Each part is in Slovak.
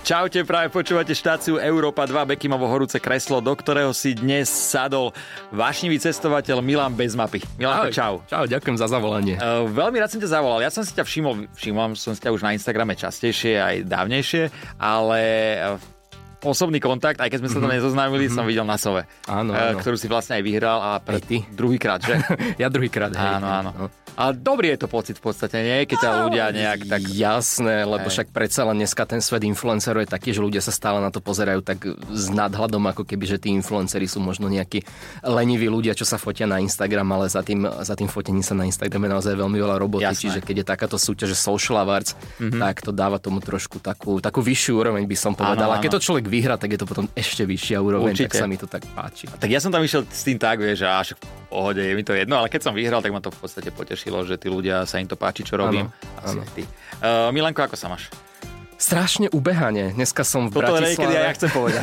Čaute, práve počúvate štáciu Európa 2, Bekimovo horúce kreslo, do ktorého si dnes sadol vášnivý cestovateľ Milan bez mapy. Milanko, čau. Čau, ďakujem za zavolanie. Veľmi rád som ťa zavolal. Ja som si ťa všimol som si ťa už na Instagrame častejšie aj dávnejšie, ale osobný kontakt, aj keď sme sa to nezoznámili, som videl na Sove. Áno. Ktorú si vlastne aj vyhral a druhýkrát, že? Ja druhýkrát, hej. Áno. Ale dobrý je to pocit v podstate, nie? Keď ťa ľudia nejak tak... Jasné, lebo však predsa len dneska ten svet influencerov je taký, že ľudia sa stále na to pozerajú tak s nadhľadom, ako keby, že tí influenceri sú možno nejakí leniví ľudia, čo sa fotia na Instagram, ale za tým fotením sa na Instagrame naozaj veľmi veľa roboty. Jasné. Čiže keď je takáto súťaž social awards, tak to dáva tomu trošku takú vyššiu úroveň, by som povedal. A keď to človek vyhrá, tak je to potom ešte vyššia úroveň. Určite. Tak sa mi to tak páči. Tak ja som tam išiel s tým tak, vieš, že až v pohode, je mi to jedno, ale keď som vyhral, tak ma to v podstate potešilo, že tí ľudia sa im to páči, čo robím. Áno. Ty. Milanko, ako sa máš? Strašne ubehane. Dneska som v Bratislave. Toto je, ja chcem povedať.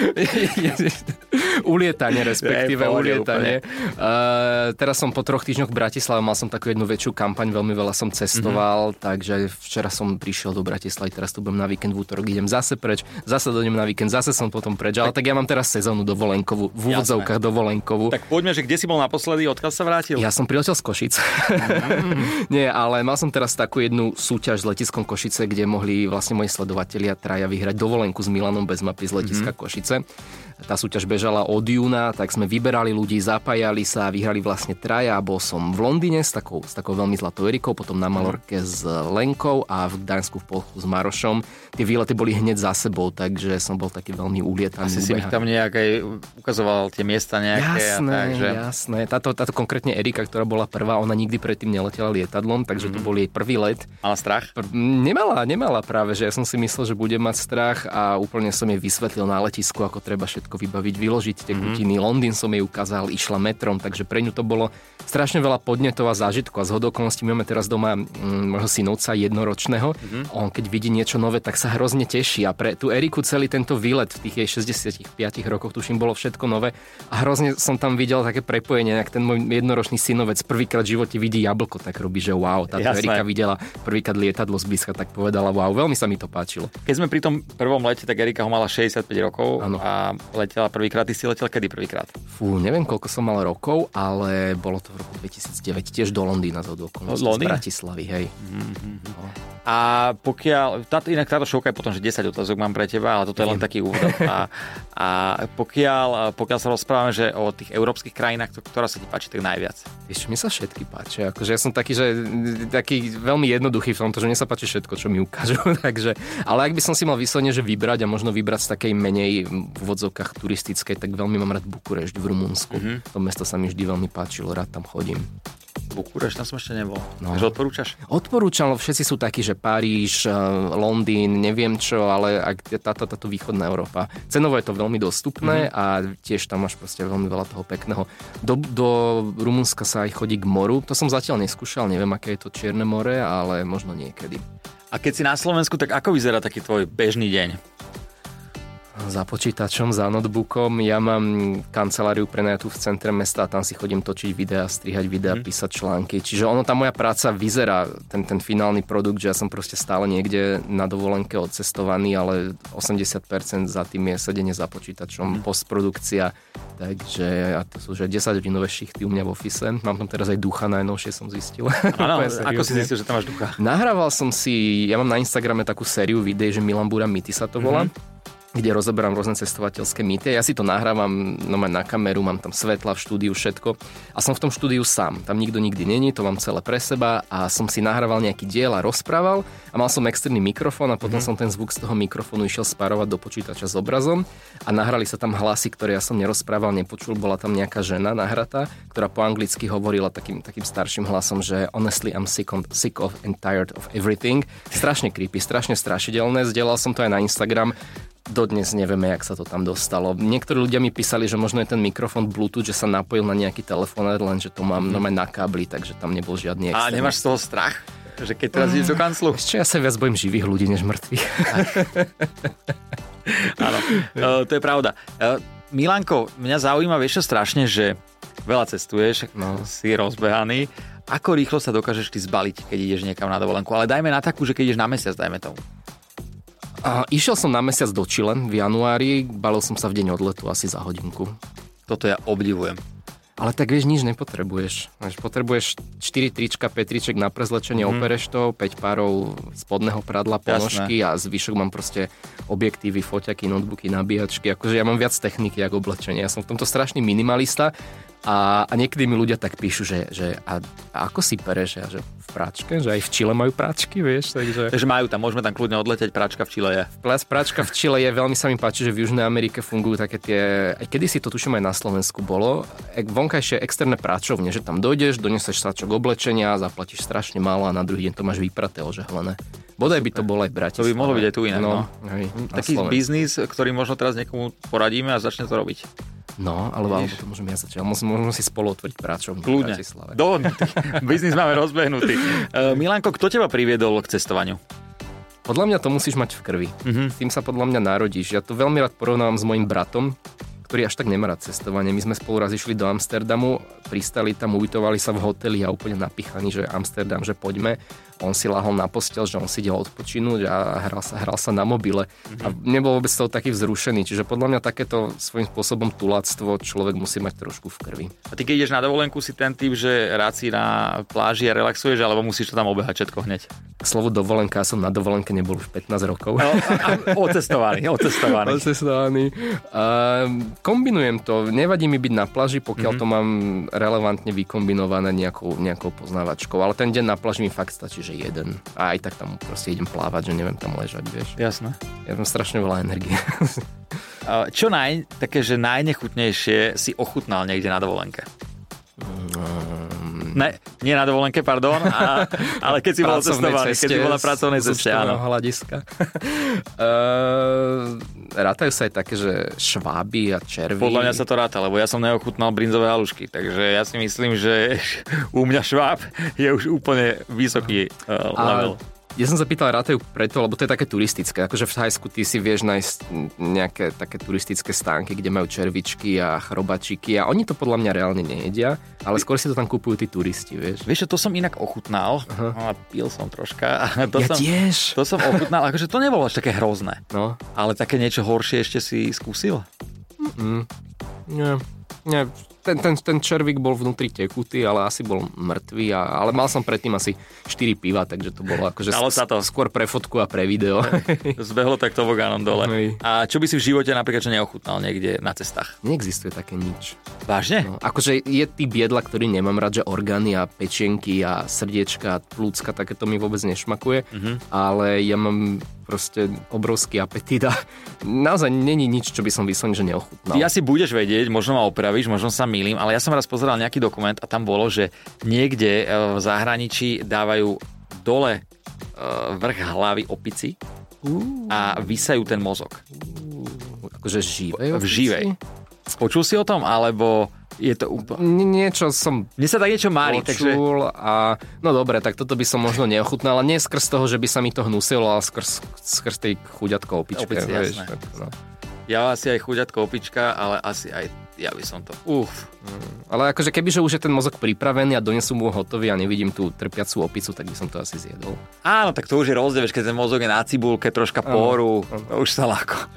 Ulietanie, respektíve ulietanie. Teraz som po 3 týždňoch v Bratislave, mal som takú jednu väčšiu kampaň, veľmi veľa som cestoval, takže včera som prišiel do Bratislavy, teraz tu budem na víkend, v útorok idem zase preč, zase dojdem na víkend, zase som potom preč, ale tak ja mám teraz sezónu dovolenkovú, v úvodzovkách dovolenkovú. Tak poďme, že kde si bol naposledy, odkiaľ sa vrátil? Ja som priletel z Košic. Nie, ale mal som teraz takú jednu súťaž s letiskom Košice, kde mohli vlastne moji sledovatelia traja vyhrať dovolenku s Milanom bez mapy z letiska Košice. Tá súťaž bežala od júna, tak sme vyberali ľudí, zapájali sa, vyhrali vlastne traja. Bol som v Londýne s takou veľmi zlatou Erikou, potom na Malorke s Lenkou a v Gdaňsku v Polsku s Marošom. Tie výlety boli hneď za sebou, takže som bol taký veľmi ulietaný. Asi si mi tam nejak aj ukazoval tie miesta nejaké. Jasné. Táto konkrétne Erika, ktorá bola prvá, ona nikdy predtým neletela lietadlom, takže to bol jej prvý let. Mala strach? Nemala práve, že ja som si myslel, že bude mať strach a úplne som jej vysvetlil na letisku, ako treba všetko vybaviť, vyložiť tekutiny. Londýn som jej ukázal, išla metrom, takže pre ňu to bolo strašne veľa podnetov a zážitkov a zhodou okolností máme teraz doma môjho synovca jednoročného. On keď vidí niečo nové, tak sa hrozne teší a pre tú Eriku celý tento výlet v tých jej 65 rokoch, tuším, bolo všetko nové a hrozne som tam videl také prepojenie, ak ten môj jednoročný synovec prvýkrát v živote vidí jablko, tak robí, že wow, táto Erika videla prvýkrát lietadlo zblízka, tak povedala wow, veľmi sa mi to páčilo. Keď sme pri tom prvom lete, tak Erika ho mala 65 rokov. Áno. A letela prvýkrát. Ty si letel kedy prvýkrát? Neviem, koľko som mal rokov, ale bolo to v roku 2009, tiež do Londýna z Bratislavy, hej. A táto šovka je potom, že 10 otázok mám pre teba, ale toto je len taký úvod. A pokiaľ sa rozprávame, že o tých európskych krajinách, ktorá sa ti páči tak najviac? Vieš, mne sa všetky páčia. Akože ja som taký veľmi jednoduchý v tomto, že mne sa páči všetko, čo mi ukážu. Takže, ale ak by som si mal vyslovene, že vybrať a možno vybrať z takej menej v úvodzovkách turistickej, tak veľmi mám rád Bukurešť v Rumunsku. To mesto sa mi vždy veľmi páčilo, rád tam chodím. Bukurešť, tam som ešte nebol. Takže odporúčaš? Odporúčam, všetci sú takí, že Paríž, Londýn, neviem čo, ale táto východná Európa. Cenovo je to veľmi dostupné a tiež tam máš proste veľmi veľa toho pekného. Do Rumunska sa aj chodí k moru. To som zatiaľ neskúšal, neviem, aké je to Čierne more, ale možno niekedy. A keď si na Slovensku, tak ako vyzerá taký tvoj bežný deň? Za počítačom, za notebookom. Ja mám kanceláriu prenajatú v centre mesta a tam si chodím točiť videá, strihať videá, písať články. Čiže tá moja práca vyzerá, ten finálny produkt, že ja som proste stále niekde na dovolenke odcestovaný, ale 80% za tým je sedenie za počítačom, postprodukcia. Takže to sú že 10-hodinové šichty u mňa v office. Mám tam teraz aj ducha, najnovšie som zistil. Áno, ako si zistil, že tam máš ducha? Nahrával som si, ja mám na Instagrame takú sériu videí, že Milan Búra mýty sa to volá. Kde rozoberám rôzne cestovateľské mýty. Ja si to nahrávam na kameru, mám tam svetla v štúdiu, všetko. A som v tom štúdiu sám. Tam nikto nikdy není, to mám celé pre seba a som si nahrával nejaký diel a rozprával a mal som externý mikrofón a potom som ten zvuk z toho mikrofónu išiel sparovať do počítača s obrazom a nahrali sa tam hlasy, ktoré ja som nerozprával, nepočul. Bola tam nejaká žena nahratá, ktorá po anglicky hovorila takým starším hlasom, že honestly I'm sick of and tired of everything. Strašne creepy, strašne strašidelné. Zdieľal som to aj na Instagram. Dodnes nevieme, jak sa to tam dostalo. Niektorí ľudia mi písali, že možno je ten mikrofón Bluetooth, že sa napojil na nejaký telefón, lenže to mám normálne na kábli, takže tam nebol žiadny extern. A nemáš z toho strach? Že keď teraz ideš do kanclu? Ešte ja sa viac bojím živých ľudí, než mŕtvych. Áno, to je pravda. Milanko, mňa zaujíma, vieš čo strašne, že veľa cestuješ, si rozbehaný. Ako rýchlo sa dokážeš ty zbaliť, keď ideš niekam na dovolenku? Ale dajme na takú, že keď ideš na mesiac, dajme tomu. Išiel som na mesiac do Chile v januári, balil som sa v deň odletu asi za hodinku. Toto ja obdivujem. Ale tak vieš, nič nepotrebuješ. Potrebuješ 4 trička, 5 triček na prezlečenie, opereš to, 5 párov spodného pradla, ponožky a zvyšok mám proste objektívy, foťaky, notebooky, nabíjačky. Akože ja mám viac techniky ako oblečenie. Ja som v tomto strašný minimalista a niekedy mi ľudia tak píšu, že ako si pereš? Že v práčke? Že aj v Chile majú práčky, vieš? Takže majú tam, môžeme tam kľudne odletieť, práčka v Chile je. Práčka v Chile je, veľmi sa mi páči, že v Južnej Amerike fungujú také tie, aj kedysi to tuším aj na Slovensku bolo, vonkajšie externé práčovne, že tam dojdeš, doneseš sáčok oblečenia, zaplatíš strašne málo a na druhý deň to máš vypraté, ožehlené. Bodaj by to bolo aj v Bratislave. To by mohlo byť aj tu inak. Taký biznis, ktorý možno teraz niekomu poradíme a začne to robiť. No, alebo to môžeme ja začať. Môžeme si spolu otvoriť práčovňu v Bratislave. Biznis máme rozbehnutý. Milanko, kto teba priviedol k cestovaniu? Podľa mňa to musíš mať v krvi. S tým sa podľa mňa narodíš. Ja to veľmi rád porovnávam s mojím bratom, ktorý až tak nemá rád cestovanie. My sme spolu raz išli do Amsterdamu, pristali tam, ubytovali sa v hoteli a úplne napichaní, že Amsterdam, že poďme. On si lahol na posteľ, že on si idel odpočinúť a hral sa na mobile. A nebol vôbec toho taký vzrušený. Čiže podľa mňa takéto svojím spôsobom tuláctvo človek musí mať trošku v krvi. A ty keď ideš na dovolenku, si ten typ, že rád si na pláži a relaxuješ, alebo musíš to tam obehať všetko hneď? K slovu dovolenka, ja som na dovolenke nebol už 15 rokov. Ocestovaný. Kombinujem to. Nevadí mi byť na pláži, pokiaľ to mám relevantne vykombinované nejakou poznávačkou. Ale ten deň na pláži mi fakt stačí, že jeden. A aj tak tam proste idem plávať, že neviem tam ležať, vieš. Jasné. Ja mám strašne veľa energie. Čo také, že najnechutnejšie si ochutnal niekde na dovolenke? Ne, nie na dovolenke, pardon, ale keď si bol cestovaný, keď si bol na pracovnej ceste, áno. Hľadiska. Rátajú sa aj také, že šváby a červy. Podľa mňa sa to ráta, lebo ja som neochutnal brinzové halušky, takže ja si myslím, že u mňa šváb je už úplne vysoký level. Ja som sa pýtal, rátajú preto, lebo to je také turistické. Akože v Thajsku ty si vieš nájsť nejaké také turistické stánky, kde majú červičky a chrobačiky a oni to podľa mňa reálne nejedia, ale skôr si to tam kupujú tí turisti, vieš. Vieš, to som inak ochutnal, pil som troška. Tiež. To som ochutnal, akože to nebolo až také hrozné. No. Ale také niečo horšie ešte si skúsil? Nie. Ten červík bol vnútri tekutý, ale asi bol mŕtvý, ale mal som predtým asi 4 piva, takže to bolo akože skôr pre fotku a pre video. Zbehlo tak tobogánom dole. A čo by si v živote napríklad čo neochutnal niekde na cestách? Neexistuje také nič. Vážne? No, akože je typ jedla, ktorý nemám rád, že orgány a pečienky a srdiečka, plúcka, takéto mi vôbec nešmakuje, ale ja mám proste obrovský apetít a naozaj není nič, čo by som vyslovene, že neochutnal. Ty asi budeš vedieť, možno ma opravíš, možno sa mýlim, ale ja som raz pozeral nejaký dokument a tam bolo, že niekde v zahraničí dávajú dole vrch hlavy opici a vysajú ten mozog. Akože živej opici? V živej. Počul si o tom, alebo je to úplne... Niečo som mne sa tak niečo mári, počul a... No dobre, tak toto by som možno neochutnal, ale nie skrz toho, že by sa mi to hnusilo, ale skrz tej chuďatko opičke. Opici, jasné. No. Ja asi aj chuďatko opička, ale asi aj ja by som to... Ale akože kebyže už je ten mozog pripravený a donesú mu hotový a nevidím tú trpiacú opicu, tak by som to asi zjedol. Áno, tak to už je rozdiel, keď ten mozog je na cibulke, troška poru, už sa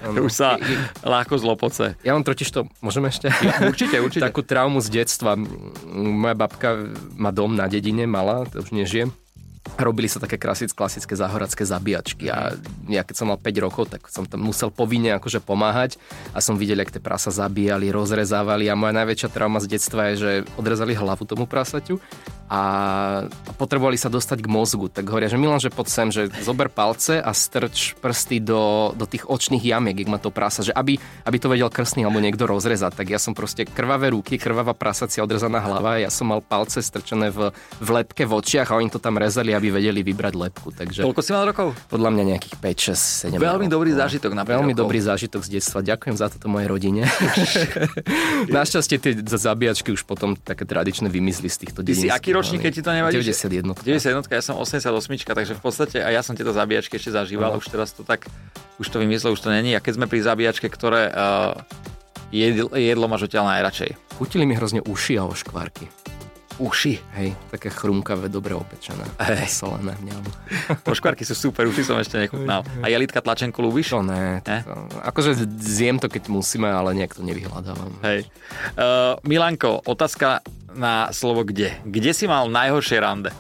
ľahko zlopoce. Ja mám totiž to, môžeme ešte? Ja, určite. Takú traumu z detstva. Moja babka má dom na dedine, mala, to už nežije. Robili sa také klasické záhoracké zabíjačky a ja keď som mal 5 rokov, tak som tam musel povinne akože pomáhať a som videl, jak tie prasa zabíjali, rozrezávali a moja najväčšia trauma z detstva je, že odrezali hlavu tomu prasaťu a potrebovali sa dostať k mozgu. Tak hovoria, že Milan, že poď sem, že zober palce a strč prsty do tých očných jamiek, jak má to prasa, že aby to vedel krstný alebo niekto rozrezať. Tak ja som proste krvavé ruky, krvavá prasacia odrezaná hlava, ja som mal palce strčené v lebke v očiach a oni to tam rezali, aby vedeli vybrať lebku. Takže koľko si mal rokov? Podľa mňa nejakých 5, 6, 7 Veľmi dobrý zážitok na 5 Veľmi rokov. Dobrý zážitok z detstva. Ďakujem za toto mojej rodine. Našťastie tie zabíjačky už potom také tradičné vymizli z týchto dedinských. Ty si aký ročník, keď ti to nevadí? 91. 91, ja som 88, takže v podstate a ja som tieto zabíjačky ešte zažíval, už teraz to tak, už to vymyslel, už to není. A keď sme pri zabíjačke, ktoré jedlo máš odtiaľ najradšej? Chutili mi hrozne uši a oškvárky. Uši. Hej, také chrumkavé, dobre opečené. Solené mňam. Poškvarky sú super, uši som ešte nechutnal. A jelitka tlačenku ľúbiš? To ne. Akože zjem to, keď musíme, ale nejak to nevyhľadávam. Hej. Milanko, otázka na slovo kde. Kde si mal najhoršie rande?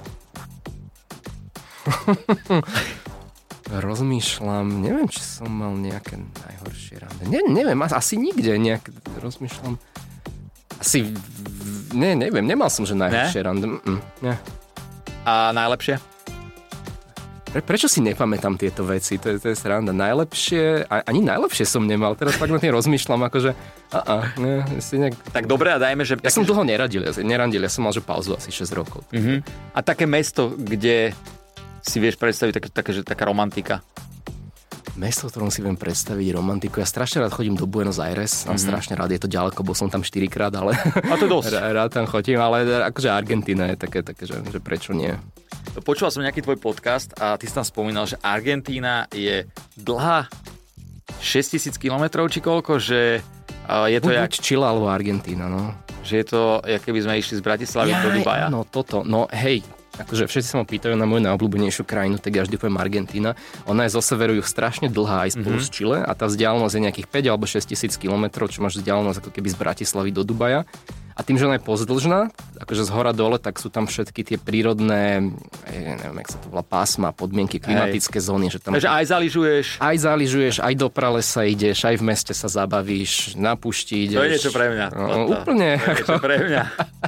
Rozmýšľam, neviem, či som mal nejaké najhoršie rande. Neviem, asi nikde rozmýšľam. Asi, neviem, nemal som, že najhoršie rande. Nie. A najlepšie? Prečo si nepamätám tieto veci? To je sranda. Najlepšie, ani najlepšie som nemal. Teraz fakt na tým rozmýšľam, akože Tak dobre, a dajme, že... Ja som dlho nerandil, ja som mal, že pauzu asi 6 rokov. A také mesto, kde si vieš predstaviť taká romantika? Mesto, v ktorom si viem predstaviť romantiku. Ja strašne rád chodím do Buenos Aires. Mám strašne rád, je to ďaleko, bol som tam 4-krát, ale... A to dosť. Rád tam chodím, ale akože Argentína je také že prečo nie? Počúval som nejaký tvoj podcast a ty si tam spomínal, že Argentína je dlhá 6000 km či koľko, že je to Buď Chile alebo Argentína, no. Že je to, jak keby sme išli z Bratislavy do Dubaja. No toto, no hej, akože všetci sa ma pýtajú na moju najobľúbenejšiu krajinu, tak ja vždy poviem Argentína. Ona je zo severu strašne dlhá aj spolu s Chile a tá vzdialenosť je nejakých 5 alebo 6 tisíc kilometrov, čo máš vzdialenosť ako keby z Bratislavy do Dubaja. A tým, že ona je pozdĺžna, akože z hora dole, tak sú tam všetky tie prírodné, neviem, jak sa to volá, pásma, podmienky, klimatické zóny. Že tam... Takže aj zaližuješ. Aj zaližuješ, aj do pralesa ideš, aj v meste sa zabavíš, na púšti ideš. To je niečo pre mňa. Úplne. To je niečo pre mňa.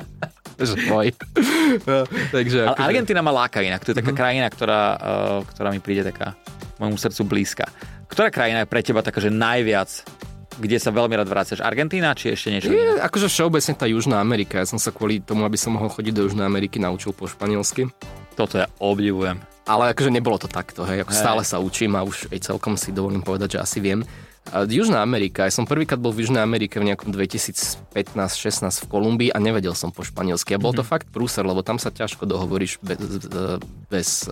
Takže, ale Argentína ma láka inak. To je taká krajina, ktorá mi príde taká môjmu srdcu blízka. Ktorá krajina je pre teba taká, že najviac, kde sa veľmi rád vraciaš? Argentína, či ešte niečo? Akože všeobecne tá Južná Amerika. Ja som sa kvôli tomu, aby som mohol chodiť do Južnej Ameriky, naučil po španielsky. Toto ja obdivujem. Ale akože nebolo to takto, hej. Stále sa učím a už aj celkom si dovolím povedať, že asi viem. A Južná Amerika, ja som prvýkrad bol v Južnej Amerike v nejakom 2015-16 v Kolumbii a nevedel som po španielsky. A bol to fakt prúser, lebo tam sa ťažko dohovoríš bez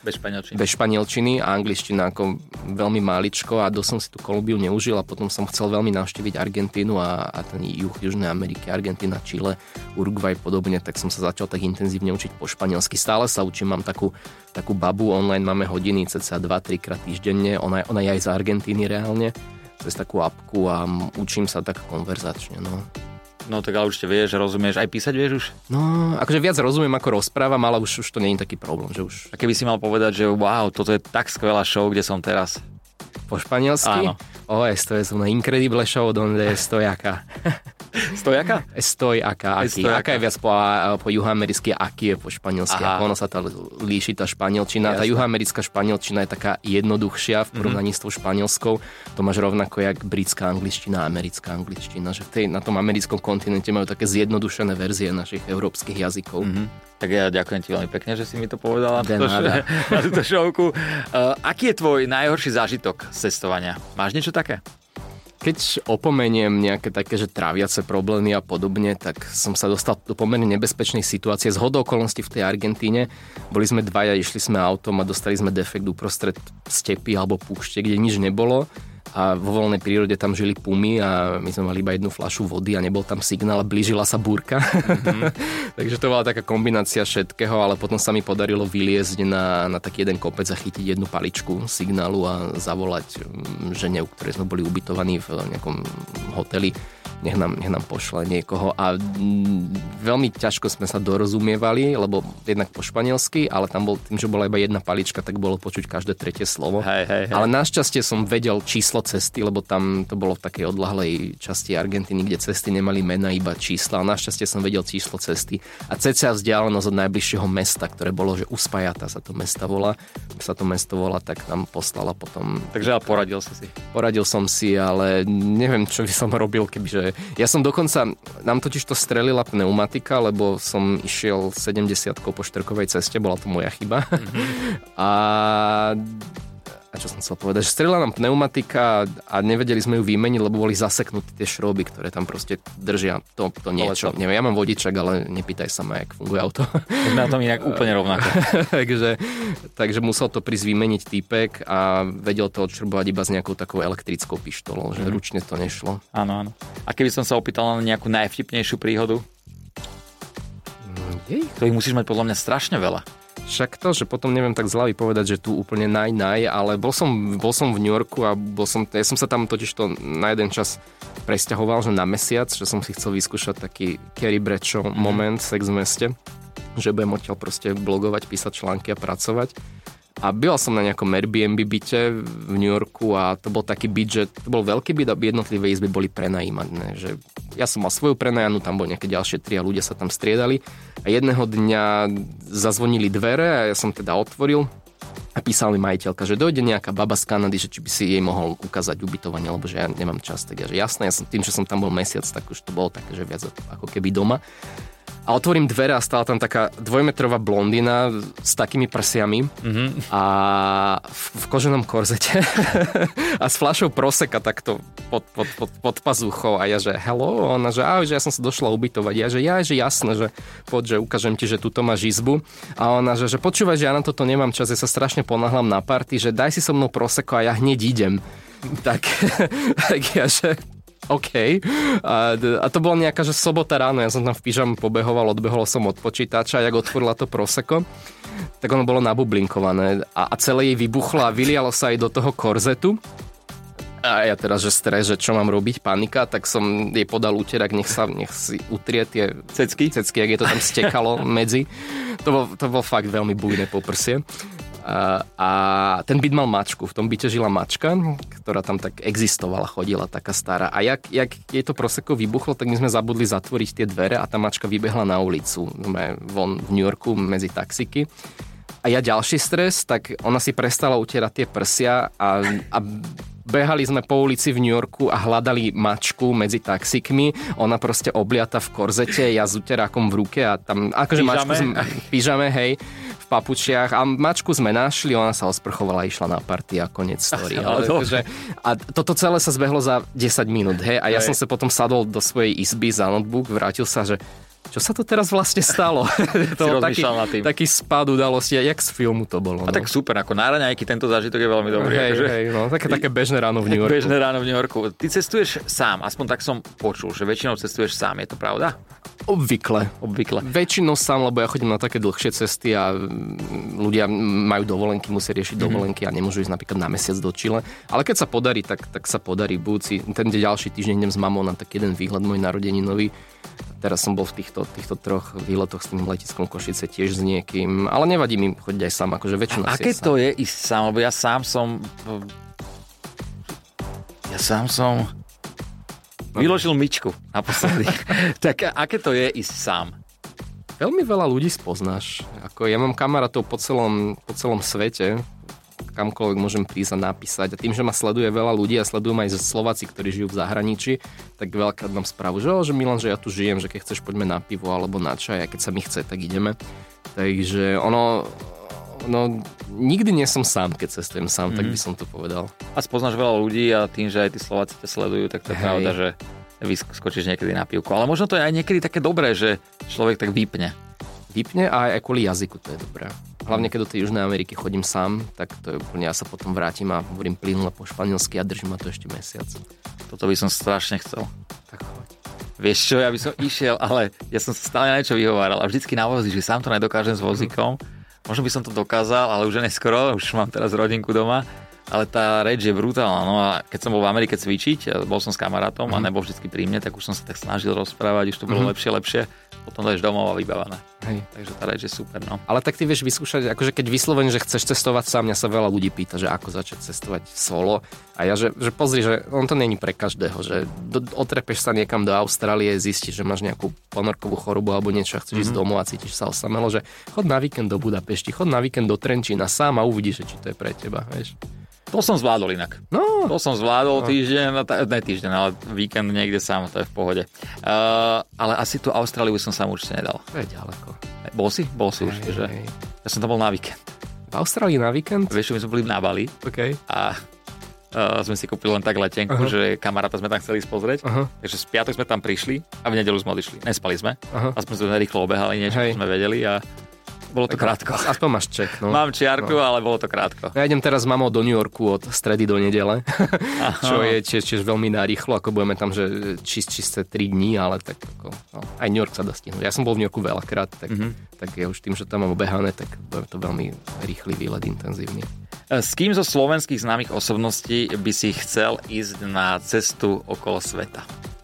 španielčiny a angličtina ako veľmi máličko a dosť som si tú Kolumbiu neužil a potom som chcel veľmi navštíviť Argentínu a ten juh Južnej Ameriky, Argentína, Chile, Uruguay podobne, tak som sa začal tak intenzívne učiť po španielsky. Stále sa učím, mám takú babu online, máme hodiny cca 2-3 krát týždenne, ona je aj z Argentíny reálne, cez takú apku a učím sa tak konverzačne, no. No tak ale určite vieš, rozumieš, aj písať vieš už? No, akože viac rozumiem ako rozprávam, ale už to nie je taký problém, že už... A keby si mal povedať, že wow, toto je tak skvelá show, kde som teraz? Po španielsky? Áno. Esto es una increíble show donde estoy acá. Stojaká? Estoy acá, aký. Aká je viac po juhoamericky, aký je po španielsky. Ako ono sa to líši, tá španielčina. Jasne. Tá juhoamerická španielčina je taká jednoduchšia v porovnaní s tou španielskou. To máš rovnako jak britská angličtina a americká angličtina. Že na tom americkom kontinente majú také zjednodušené verzie našich európskych jazykov. Tak ja ďakujem ti veľmi pekne, že si mi to povedala na túto šovku. Aký je tvoj najhorší zážitok z cestovania? Máš niečo také? Keď opomeniem nejaké také, že tráviace problémy a podobne, tak som sa dostal do pomerne nebezpečnej situácie. Z hodou okolností v tej Argentíne boli sme dvaja, išli sme autom a dostali sme defekt uprostred stepy alebo púšte, kde nič nebolo. A vo voľnej prírode tam žili pumy a my sme mali iba jednu fľašu vody a nebol tam signál a blížila sa búrka. Takže to bola taká kombinácia všetkého, ale potom sa mi podarilo vyliezť na taký jeden kopec a chytiť jednu paličku signálu a zavolať žene, u ktorej sme boli ubytovaní v nejakom hoteli. Nech nám pošle niekoho a veľmi ťažko sme sa dorozumievali, lebo jednak po španielsky, ale tam bol tým, že bola iba jedna palička, tak bolo počuť každé tretie slovo. Hej. Ale našťastie som vedel číslo cesty, lebo tam to bolo v takej odľahlej časti Argentíny, kde cesty nemali mena, iba čísla. A našťastie som vedel číslo cesty a cca vzdialenosť od najbližšieho mesta, ktoré bolo, že Uspallata sa to mesto volá, tak nám poslala potom. Takže poradil si. Poradil som si, ale neviem, čo by som robil, kebyže ja som dokonca, nám totiž to strelila pneumatika, lebo som išiel 70-kou po štrkovej ceste, bola to moja chyba. A čo som chcel povedať, že strelila nám pneumatika a nevedeli sme ju vymeniť, lebo boli zaseknuté tie šroby, ktoré tam proste držia to niečo. Neviem, ja mám vodičak, ale nepýtaj sa ma, jak funguje auto. Na tom inak úplne rovnako. takže musel to prísť vymeniť týpek a vedel to odšrobovať iba s nejakou takou elektrickou pištolou, že ručne to nešlo. Áno. A keby som sa opýtal na nejakú najvtipnejšiu príhodu? To ich musíš mať podľa mňa strašne veľa. Však to, že potom neviem tak zľavy povedať, že tu úplne ale bol som v New Yorku a ja som sa tam totižto na jeden čas presťahoval, že na mesiac, že som si chcel vyskúšať taký Carrie Bradshaw moment, sex v meste, že budem odtiaľ proste blogovať, písať články a pracovať. A býval som na nejakom Airbnb byte v New Yorku a to bol taký byt, že to bol veľký byt a jednotlivé izby boli prenajímané. Že ja som mal svoju prenajanú, tam boli nejaké ďalšie 3 a ľudia sa tam striedali. A jedného dňa zazvonili dvere a ja som teda otvoril a písala mi majiteľka, že dojde nejaká baba z Kanady, že či by si jej mohol ukázať ubytovanie, lebo že ja nemám čas. Tak ja, že jasné, tým, že som tam bol mesiac, tak už to bolo také, že viac ako keby doma. A otvorím dvere a stála tam taká 2-metrová blondína s takými prsiami a v koženom korzete a s fľašou proseka takto pod pazúchou a ja, že hello, ona, že ahoj, že ja som sa došla ubytovať. Ja, že jasné, že poď, že ukážem ti, že tuto máš izbu. A ona, že počúvaj, že ja na toto nemám čas, ja sa strašne ponáhľam na party, že daj si so mnou proseko a ja hneď idem. Tak ja, že OK. A to bola nejaká, že sobota ráno, ja som tam v pyžame pobehoval, odbehol som od počítača, jak otvorila to proseko, tak ono bolo nabublinkované a celé jej vybuchlo a vylialo sa aj do toho korzetu. A ja teraz, že stres, že čo mám robiť, panika, tak som jej podal úterak, nech si utrie tie cecky, jak je to tam stekalo medzi. To bol fakt veľmi bujné poprsie. A ten byt mal mačku. V tom byte žila mačka, ktorá tam tak existovala, chodila, taká stará. A jak jej to proseko vybuchlo, tak my sme zabudli zatvoriť tie dvere a tá mačka vybehla na ulicu von v New Yorku medzi taxíky. A ja ďalší stres, tak ona si prestala utierať tie prsia a behali sme po ulici v New Yorku a hľadali mačku medzi taxikmi. Ona proste obliata v korzete, ja s uterákom v ruke a tam akože mačku v pyžame, hej, v papučiach a mačku sme našli, ona sa osprchovala a išla na party a koniec story. A toto celé sa zbehlo za 10 minút, hej, a ja som sa potom sadol do svojej izby za notebook, vrátil sa, že čo sa to teraz vlastne stalo? To taký spád udalosti, jak z filmu to bolo. A tak super, ako na raňajky tento zážitok je veľmi dobrý. Hej, také bežné ráno v New Yorku. Bežné ráno v New Yorku. Ty cestuješ sám, aspoň tak som počul, že väčšinou cestuješ sám, je to pravda? Obvykle. Väčšinou sám, lebo ja chodím na také dlhšie cesty a ľudia majú dovolenky, musia riešiť dovolenky a nemôžu ísť napríklad na mesiac do Chile. Ale keď sa podarí, tak sa podarí. Budúci, ten ďalší týždeň idem s mamou na taký jeden výhľad môj narodeninový. Teraz som bol v týchto 3 výletoch s tým letiskom Košice tiež s niekým, ale nevadí mi chodiť aj sám, akože väčšina si aké to je ísť sám, lebo ja sám som vyložil myčku naposledy. Tak aké to je ísť sám? Veľmi veľa ľudí spoznáš. Ako ja mám kamarátov po celom svete, kamkoľvek môžem prísť a napísať. A tým, že ma sleduje veľa ľudí a sledujú ma aj Slováci, ktorí žijú v zahraničí, tak veľakrát mám správu, že Milan, že ja tu žijem, že keď chceš, poďme na pivo alebo na čaj a keď sa mi chce, tak ideme. Takže nikdy nie som sám, keď cestujem sám, tak by som to povedal. A spoznáš veľa ľudí a tým, že aj tí Slováci ťa sledujú, tak to je pravda, že vyskočíš niekedy na pivku. Ale možno to je aj niekedy také dobré, že človek tak vypne. Vypne a aj kvôli jazyku to je dobré. Hlavne keď do tej Južnej Ameriky chodím sám, tak to je úplne, ja sa potom vrátim a hovorím plynule po španielsky a držím ma to ešte mesiac. Toto by som strašne chcel. Tak choď. Vieš čo, ja by som išiel, ale ja som sa stále na niečo vyhováral a vždycky na vozi, že sám to nedokážem s vozíkom. Možno by som to dokázal, ale už je neskoro, už mám teraz rodinku doma. Ale tá reč je brutálna. No a keď som bol v Amerike cvičiť, bol som s kamarátom a nebol vždycky pri mne, tak už som sa tak snažil rozprávať, už to bolo lepšie. Potom ideš domov a vybavené. Hej. Takže tá reč je super, no. Ale tak ty vieš vyskúšať, akože keď vyslovene, že chceš cestovať sám, mňa sa veľa ľudí pýta, že ako začať cestovať solo. A ja, že pozri, že on to není pre každého, že otrepeš sa niekam do Austrálie, zistíš, že máš nejakú ponorkovú chorobu alebo niečo a chceš ísť domov a cítiš sa osamelo, že chod na víkend do Budapešti, chod na víkend do Trenčína sám a uvidíš, či to je pre teba, vieš. To som zvládol inak. No. To som zvládol týždeň, ale víkend niekde sám, to je v pohode. Ale asi tú Austráliu som sám určite nedal. To je ďaleko. Bol si určite, že? Ja som tam bol na víkend. V Austrálii na víkend? Vieš, my sme boli na Bali. Okay. A sme si kúpili len tak letenku, že kamaráta sme tam chceli ísť pozrieť. Takže z piatok sme tam prišli a v nedeľu sme odišli. Nespali sme. Aspoň sme rýchlo obehali niečo, čo sme vedeli a Bolo to krátko. Aspoň máš ček. No. Mám čiarku, ale bolo to krátko. Ja idem teraz s mamou do New Yorku od stredy do nedele, čo je tiež veľmi narýchlo, ako budeme tam, že čisté 3 dní, ale tak ako, no, aj New York sa dá stihnúť. Ja som bol v New Yorku veľakrát, tak ja už tým, že tam mám obehané, tak bude to veľmi rýchly výlet, intenzívny. S kým zo slovenských známych osobností by si chcel ísť na cestu okolo sveta?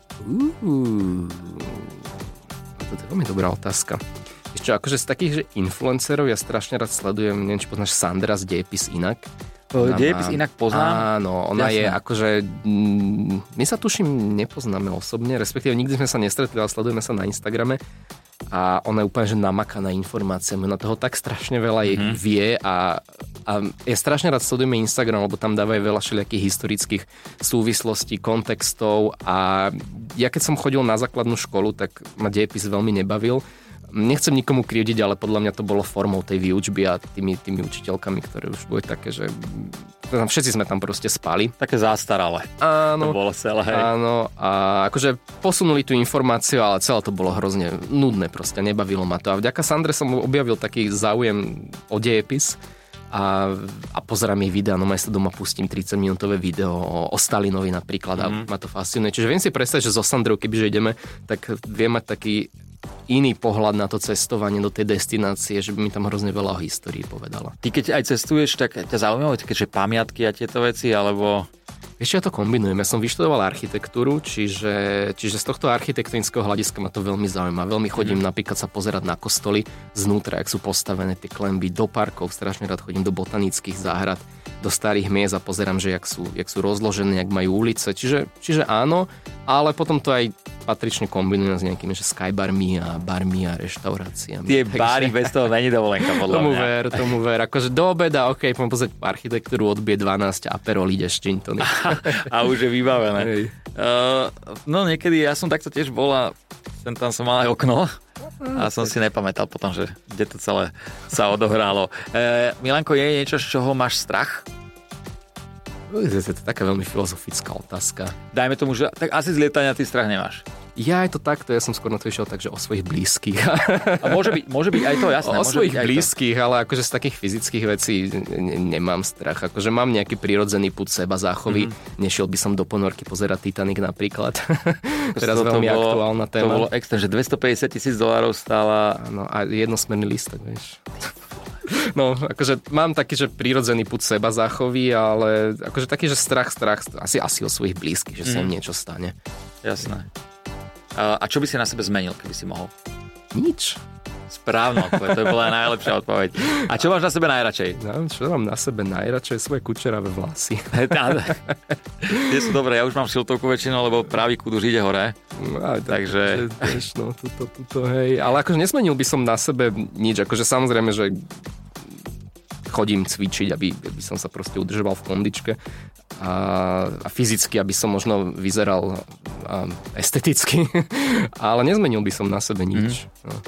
To je veľmi dobrá otázka. Ešte akože z takých, že influencerov ja strašne rád sledujem, neviem, či poznáš Sandra z Dejepis Inak. Dejepis Inak poznám. Áno, ona je akože... My sa tuším nepoznáme osobne, respektíve nikdy sme sa nestretli, ale sledujeme sa na Instagrame a ona je úplne že namakaná informáciami. Ona toho tak strašne veľa vie a ja strašne rád sledujeme Instagram, lebo tam dávajú veľa všelijakých historických súvislostí, kontextov a ja keď som chodil na základnú školu, tak ma dejepis veľmi nebavil. Nechcem nikomu krivdiť, ale podľa mňa to bolo formou tej výučby a tými učiteľkami, ktoré už boli také, že všetci sme tam proste spali. Také zastaralé. Áno. To bolo celé. Áno. A akože posunuli tú informáciu, ale celé to bolo hrozne nudné proste, nebavilo ma to. A vďaka Sandre som objavil taký záujem o dejepis a pozerám jej videa, no aj sa doma pustím 30-minútové video o Stalinovi napríklad a ma to fascinuje. Čiže viem si predstaviť, že so Sandrou, kebyže ideme, tak viem mať taký iný pohľad na to cestovanie do tej destinácie, že by mi tam hrozne veľa o histórii povedala. Ty keď aj cestuješ, tak ťa zaujímajú keďže pamiatky a tieto veci, alebo... Ešte ja to kombinujem. Ja som vyštudoval architektúru, čiže z tohto architektonického hľadiska ma to veľmi zaujíma. Veľmi chodím napríklad sa pozerať na kostoly znútra, jak sú postavené tie klenby, do parkov, strašne rád chodím do botanických záhrad, do starých miest a pozerám, že jak sú rozložené, jak majú ulice. Čiže áno, ale potom to aj patrične kombinujem s nejakými že skybarmi a barmi a reštauráciami. Tie bary bez toho není dovolenka, podľa mňa. Tomu ver. Akože do obeda, okej, poďme pozrieť architektúru, odbije 12 Aperol, ideš gin tonic. A už je vybavené. No niekedy, ja som takto tiež bol a tam som mal aj okno a som si nepamätal potom, že kde to celé sa odohrálo. Milanko, je niečo, z čoho máš strach? To je taká veľmi filozofická otázka. Dajme tomu, že tak asi z lietania ty strach nemáš. Ja aj to takto, ja som skôr na to išiel takže o svojich blízkych. A môže byť aj to, jasné. O svojich blízkych, ale akože z takých fyzických vecí nemám strach. Akože mám nejaký prirodzený pud seba záchovy. Nešiel by som do ponorky pozerať Titanic napríklad. Teraz veľmi aktuálna téma. To bolo extra, že $250,000 stála. No a jednosmerný lístok, vieš. No, akože mám taký, že prírodzený pud seba záchovy, ale akože taký, že strach, asi o svojich blízkych, že sa im niečo stane. Jasné. A čo by si na sebe zmenil, keby si mohol? Nič. Správno, to je bola najlepšia odpoveď. A čo máš na sebe najradšej? No, čo mám na sebe najradšej? Svoje kučeravé vlasy. Tie sú dobré, ja už mám šiltovku väčšinou, lebo pravý kúd už ide hore. No, takže... No, tuto, hej. Ale akože nesmenil by som na sebe nič. Akože samozrejme, že chodím cvičiť, aby som sa proste udržoval v kondičke a fyzicky, aby som možno vyzeral esteticky, ale nezmenil by som na sebe nič.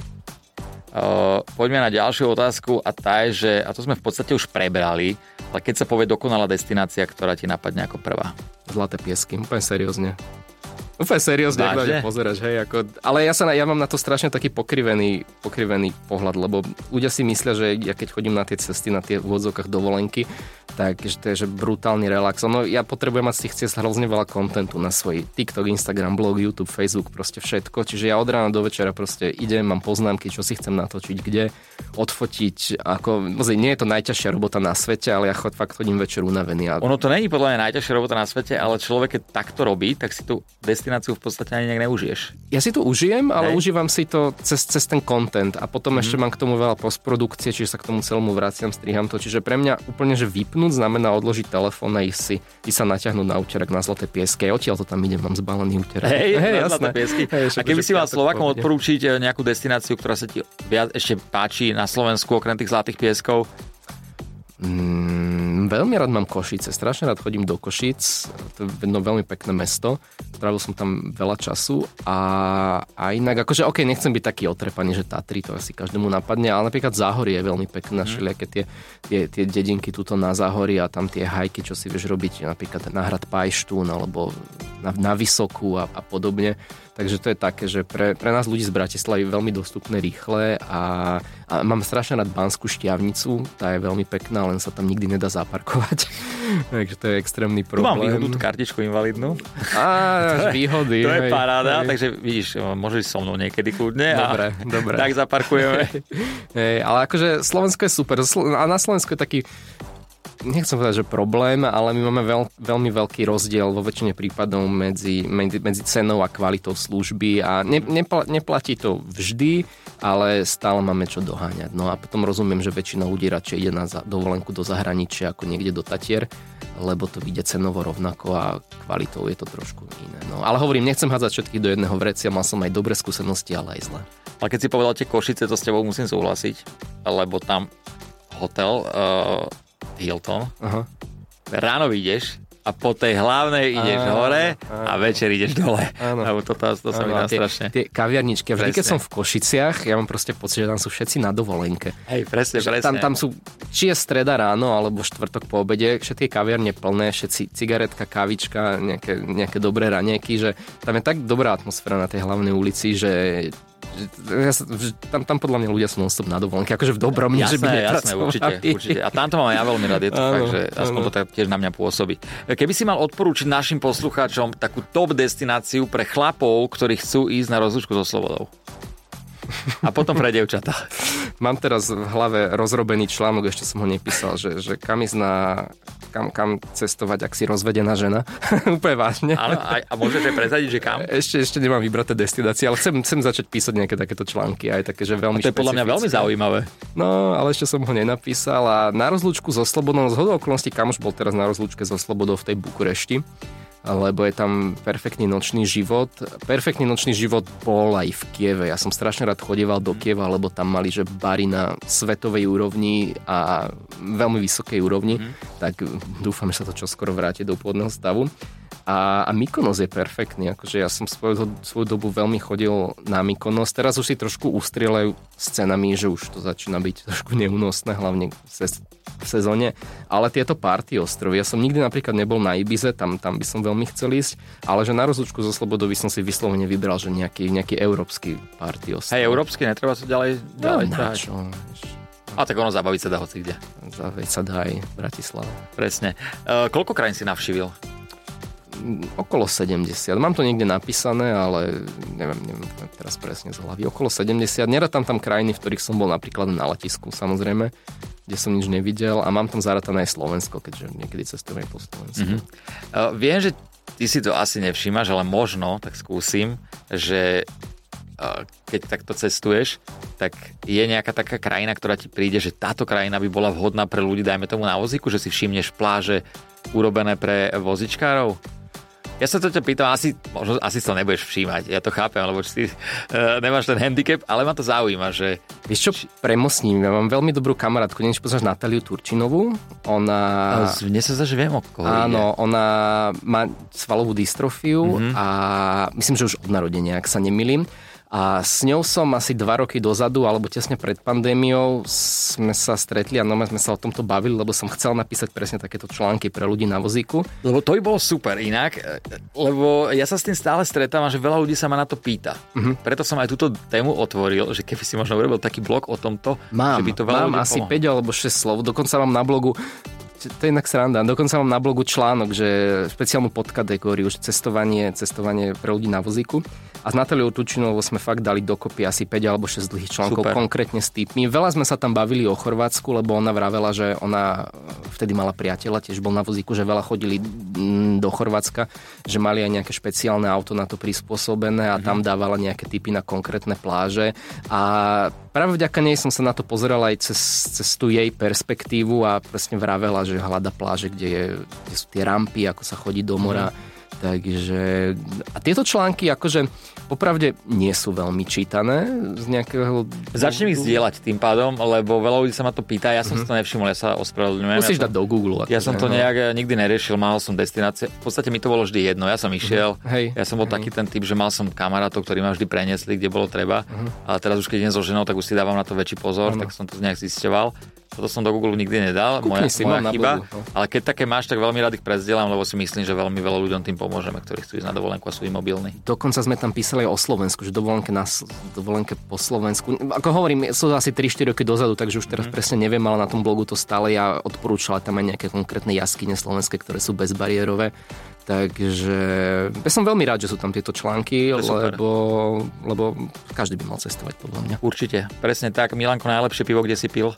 Poďme na ďalšiu otázku a tá je, že, a to sme v podstate už prebrali, ale keď sa povie dokonalá destinácia, ktorá ti napadne ako prvá? Zlaté piesky, úplne seriózne. Úplne seriózne, ak na ne pozeráš, hej, ako... Ale ja mám na to strašne taký pokrivený pohľad, lebo ľudia si myslia, že ja keď chodím na tie cesty, na tie v úvodzovkách dovolenky, tak že to je že brutálny relax. No ja potrebujem mať z tých ciest hrozne veľa kontentu na svoj TikTok, Instagram, blog, YouTube, Facebook, proste všetko. Čiže ja od rána do večera proste idem, mám poznámky, čo si chcem natočiť, kde, odfotiť. Ako, nie je to najťažšia robota na svete, ale ja fakt chodím večer unavený. Ono to není podľa mňa najťažšia robota na svete, ale človek, keď takto robí, tak si tú destináciu v podstate ani nejak neužiješ. Ja si to užijem, ale užívam si to cez ten content a potom ešte mám k tomu veľa postprodukcie, čiže sa k tomu celému vraciam, striham to. Čiže pre mňa úplne, že vypnúť znamená odložiť telefón a ísť sa natiahnuť na úterak na Zlaté piesky. Odtiaľ to tam idem, mám zbalený úterak. Hej, na Zlaté piesky. A keby si mal Slovákom odporúčiť nejakú destináciu, ktorá sa ti viac ešte páči na Slovensku okrem tých Zlatých pieskov? Veľmi rád mám Košice, strašne rád chodím do Košíc, to je jedno veľmi pekné mesto, trávil som tam veľa času a inak, akože nechcem byť taký otrepaný, že Tatry, to asi každému napadne, ale napríklad Záhorie je veľmi pekné, všelijaké tie dedinky tuto na Záhorí a tam tie hajky, čo si vieš robiť, napríklad na hrad Pajštún alebo na Vysokú a podobne. Takže to je také, že pre nás ľudí z Bratislavy je veľmi dostupné rýchle a mám strašne rád Banskú Štiavnicu, tá je veľmi pekná, len sa tam nikdy nedá zaparkovať. Takže to je extrémny problém. Tu mám výhodu, tú kartičku invalidnú. Výhody. To je paráda, takže vidíš, môžeš so mnou niekedy kľudne. Dobre. Tak zaparkujeme. Ale akože Slovensko je super. A na Slovensku je taký, nechcem povedať, že problém, ale my máme veľmi veľký rozdiel vo väčšine prípadov medzi cenou a kvalitou služby a neplatí to vždy, ale stále máme čo doháňať. No a potom rozumiem, že väčšina ľudí radšej ide na dovolenku do zahraničia ako niekde do Tatier, lebo to vyjde cenovo rovnako a kvalitou je to trošku iné. No, ale hovorím, nechcem hádzať všetkých do jedného vrecia, mal som aj dobré skúsenosti, ale aj zlé. Ale keď si povedal tie Košice, to s tebou musím súhlasiť, lebo tam hotel Hilton. Aha. Ráno ideš a po tej hlavnej ideš hore a večer ideš dole. Lebo to sa mi dá strašne. Tie kaviarničky. A vždy, keď som v Košiciach, ja mám proste pocit, že tam sú všetci na dovolenke. Hej, presne. Tam sú, či je streda ráno, alebo štvrtok po obede, všetky kaviarne plné, všetci cigaretka, kávička, nejaké dobré ranieky, že tam je tak dobrá atmosféra na tej hlavnej ulici, že tam podľa mňa ľudia sú non-stop na dovolenke, akože v dobrom, že by nepracovali. Určite. A tamto mám ja veľmi rád, je to fakt, že aspoň to tak tiež na mňa pôsobí. Keby si mal odporúčiť našim poslucháčom takú top destináciu pre chlapov, ktorí chcú ísť na rozlúčku so slobodou. A potom pre dievčatá. Mám teraz v hlave rozrobený článok, ešte som ho nepísal, že kam ísť kam cestovať, ak si rozvedená žena. Úplne vážne. Áno, a môžeš aj prezadiť, že kam? Ešte nemám vybraté destinácie, ale chcem začať písať nejaké takéto články, aj také, že veľmi špecifické. To je podľa mňa veľmi zaujímavé. No, ale ešte som ho nenapísal a na rozlúčku so slobodou, zhodou okolností, kamoš bol teraz na rozlúčke so slobodou v tej Bukurešti, lebo je tam perfektný nočný život. Perfektný nočný život bol aj v Kieve. Ja som strašne rád chodieval do Kieva, lebo tam mali, že bary na svetovej úrovni a veľmi vysokej úrovni. Tak dúfam, že sa to čoskoro vráti do pôvodného stavu. A Mykonos je perfektný, akože ja som svoju dobu veľmi chodil na Mykonos, teraz už si trošku ustrieľajú s cenami, že už to začína byť trošku neúnosné, hlavne v sezóne, ale tieto party ostrovy, ja som nikdy napríklad nebol na Ibize, tam by som veľmi chcel ísť, ale že na rozlúčku so slobodou by som si vyslovene vybral, že nejaký európsky party ostrov. Hej, európsky, netreba sa ďalej čo? A tak ono zabaviť sa dá hoci kde. Zabaviť sa dá aj Bratislava. Presne. Koľko krajín si navštívil? Okolo 70. Mám to niekde napísané, ale neviem teraz presne z hlavy. Okolo 70. Nerátam tam krajiny, v ktorých som bol napríklad na letisku, samozrejme, kde som nič nevidel a mám tam zaratané aj Slovensko, keďže niekedy cestujem po Slovensku. Viem, že ty si to asi nevšímaš, ale možno, tak skúsim, že keď takto cestuješ, tak je nejaká taká krajina, ktorá ti príde, že táto krajina by bola vhodná pre ľudí, dajme tomu na vozíku, že si všimneš pláže urobené pre vozičkárov? Ja sa to ťa pýtam, asi to nebudeš všímať, ja to chápem, lebo ty nemáš ten handicap, ale ma to zaujíma, že... Vieš čo, premostním, ja mám veľmi dobrú kamarátku, neviem, či poznáš Natáliu Turčinovú, ona... Mne sa zdá, že viem, o koho áno, ona má svalovú dystrofiu a myslím, že už od narodenia, ak sa nemýlim. A s ňou som asi 2 roky dozadu, alebo tesne pred pandémiou sme sa stretli a sme sa o tomto bavili, lebo som chcel napísať presne takéto články pre ľudí na vozíku. Lebo to by bolo super inak, lebo ja sa s tým stále stretávam, že veľa ľudí sa ma na to pýta. Preto som aj túto tému otvoril, že keby si možno urobil taký blog o tomto, že by to veľa ľudí asi 5 alebo 6 slov, dokonca mám na blogu, to je inak sranda. Dokonca mám na blogu článok, že špeciálnu podkategóriu, že cestovanie pre ľudí na vozíku. A s Natáliou Turčinovou sme fakt dali dokopy asi 5 alebo 6 dlhých článkov, konkrétne s tipmi. Veľa sme sa tam bavili o Chorvátsku, lebo ona vravela, že ona vtedy mala priateľa, tiež bol na vozíku, že veľa chodili do Chorvátska, že mali aj nejaké špeciálne auto na to prispôsobené a tam dávala nejaké tipy na konkrétne pláže. A práve vďaka nej som sa na to pozeral aj cez tú jej perspektívu a presne vravela, že hľada pláže, kde sú tie rampy, ako sa chodí do mora. Takže... A tieto články akože popravde nie sú veľmi čítané z nejakého... Začnem ich zdieľať tým pádom, lebo veľa ľudí sa ma to pýta, ja som si to nevšimol, ja sa ospravedlňujem. Musíš dať do Google. Ja som to nejak nikdy neriešil, mal som destinácie. V podstate mi to bolo vždy jedno, ja som išiel. Ja som bol taký ten typ, že mal som kamarátov, ktorí ma vždy preniesli, kde bolo treba. Ale teraz už keď idem so ženou, tak už si dávam na to väčší pozor, tak som to nejak zisťoval. Toto som do Google nikdy nedal, moja chyba. Blogu, no. Ale keď také máš, tak veľmi rád ich prezdielam, lebo si myslím, že veľmi veľa ľuďom tým pomôžeme, ktorí chcú ísť na dovolenku a sú mobilní. Dokonca sme tam písali o Slovensku, že dovolenke po Slovensku. Ako hovorím, sú asi 3-4 roky dozadu, takže už teraz presne neviem, ale na tom blogu to stále ja odporúčala tam aj nejaké konkrétne jaskyne slovenské, ktoré sú bezbariérové. Takže ja som veľmi rád, že sú tam tieto články, lebo každý by mal cestovať podľa mňa. Určite, presne tak. Milanko, najlepšie pivo, kde si pil?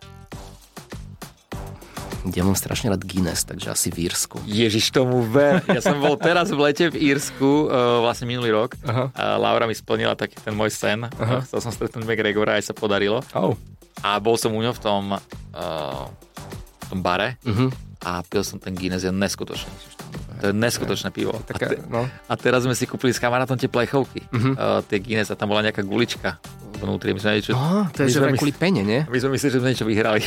Ja mám strašne rád Guinness, takže asi v Írsku. Ježiš, tomu ver. Ja som bol teraz v lete v Írsku, vlastne minulý rok. Laura mi splnila taký ten môj sen. Chcel som stretnúť McGregora, aj sa podarilo. A bol som u ňo v tom bare a pil som ten Guinness, je neskutočný. To je neskutočné pivo. A teraz sme si kúpili s kamarátom tie plechovky. Tie Guinness a tam bola nejaká gulička vnútri. To je že kvôli pene, nie? My sme mysleli, že sme niečo vyhrali.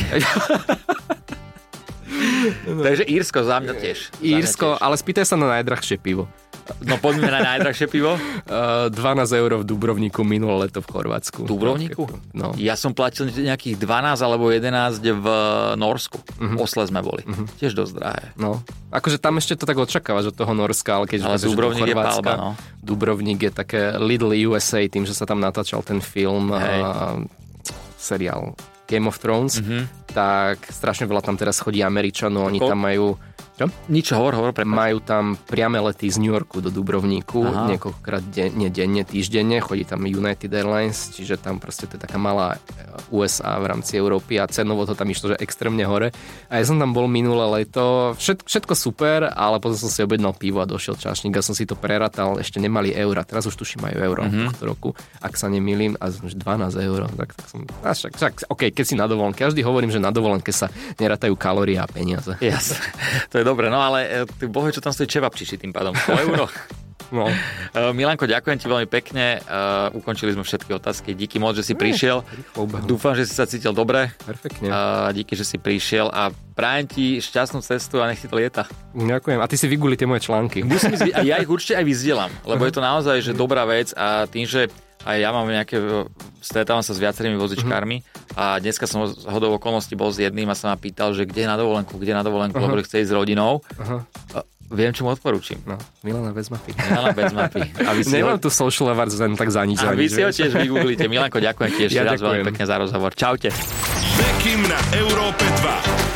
Takže Írsko za mňa tiež. Írsko, ale spýtaj sa na najdrahšie pivo. No poďme na najdrahšie pivo. 12 eur v Dubrovniku minulé leto v Chorvátsku. Dubrovniku? No. Ja som platil nejakých 12 alebo 11 v Norsku. Osle sme boli. Tiež dosť drahé. No. Akože tam ešte to tak očakávaš od toho Norska, ale keď Dubrovnik je palba, no. Dubrovnik je také Little USA, tým, že sa tam natáčal ten film, seriál Game of Thrones, tak strašne veľa tam teraz chodí Američanov, oni tam majú... Čo? Nič, hovor. Majú tam priame lety z New Yorku do Dubrovníku, niekoľkokrát denne, týždenne, chodí tam United Airlines, čiže tam proste to je taká malá USA v rámci Európy a cenovo to tam išlo, že extrémne hore. A ja som tam bol minulé leto, všetko super, ale potom som si objednal pivo a došiel čašník a som si to preratal, ešte nemali eura, teraz už tuším majú euro tohto roku, ak sa nemýlim, a už 12 eur, tak som, však, OK, keď si na dovolenke, ja vždy hovorím, že na dovolenke sa nerátajú kalórie a peniaze. Jasne, to je dobre, no ale ty bohe, čo tam stojí čevapčiči tým pádom, 100 euro. No. Milanko, ďakujem ti veľmi pekne, ukončili sme všetky otázky, díky moc, že si prišiel, dúfam, že si sa cítil dobre. Perfektne. Díky, že si prišiel a prajem ti šťastnú cestu a nech ti to lieta. Ďakujem, a ty si vyguli tie moje články. A ja ich určite aj vyzdielam, lebo je to naozaj že dobrá vec a tým, že aj ja mám stretávam sa s viacerými vozičkármi a dneska som hodou okolností bol s jedným a sa ma pýtal, že kde na dovolenku, lebo chce ísť s rodinou. Viem, čo mu odporúčim. No, Milana bez mapy. Nemám tu social awards len tak za nič. A vy si ho tiež vygooglite. Milanko, ďakujem ti ešte raz veľmi pekne za rozhovor. Čaute. Bekim na Európe 2.